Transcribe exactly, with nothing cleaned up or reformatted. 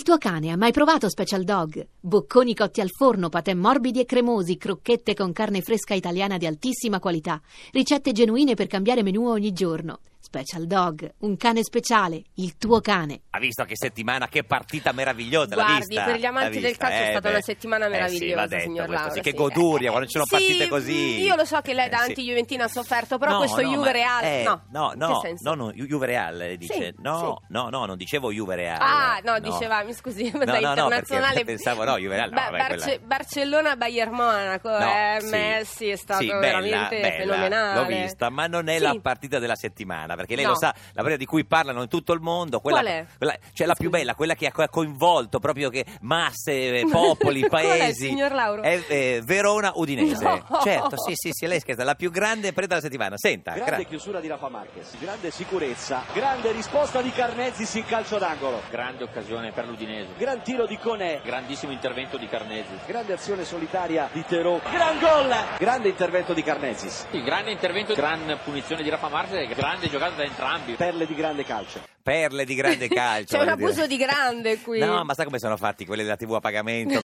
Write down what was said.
tuo cane ha mai provato Special Dog? Bocconi cotti al forno, patè morbidi e cremosi, crocchette con carne fresca italiana di altissima qualità, ricette genuine per cambiare menù ogni giorno. Special Dog, un cane speciale, il tuo cane. Ha visto che settimana, che partita meravigliosa, l'ha Guardi, vista? per gli amanti del calcio eh, è stata beh. una settimana meravigliosa, eh sì, va detto signor questo, Lauro. sì, che sì. goduria, Eh, quando ci sono sì, partite così. Io lo so che lei da Eh, sì. anti-Juventina ha sofferto, però No, questo no, Juve ma- Real, eh, no. no, In no, che senso? no, no, Ju- Juve Real, lei dice. Sì, no, sì. no, no, non dicevo Juve Real. Ah, no, diceva, mi scusi, No, da no, no, internazionale. perché pensavo, no, Juve Real, no, Ba- vabbè, Barce- quella- Barcellona-Bayern Monaco, No, eh, sì. Messi è stato Sì, bella, veramente bella, fenomenale. l'ho vista, ma non è Sì. la partita della settimana, perché lei No. lo sa, la partita di cui parlano in tutto il mondo, quella, Qual è? quella- cioè la più bella, quella che ha coinvolto proprio che masse, popoli, Qual è, paesi. signor Lauro? È eh, Verona-Udinese. No. Certo, sì, sì, sì, lei scherza, la più grande partita della settimana. Senta, Grande gra- chiusura di Rafa Marquez, grande sicurezza, grande risposta di Carnezis in calcio d'angolo, Grande occasione per l'Udinese, gran tiro di Conè, grandissimo intervento di Carnesi. grande azione solitaria di Terò, gran gol, grande intervento di Carnezis, Sì, grande intervento, gran punizione di Rafa Marquez e grande giocata da entrambi. perle di grande calcio. perle di grande calcio. C'è un voglio dire. abuso di grande qui. No, ma sa come sono fatti quelli della tivù a pagamento?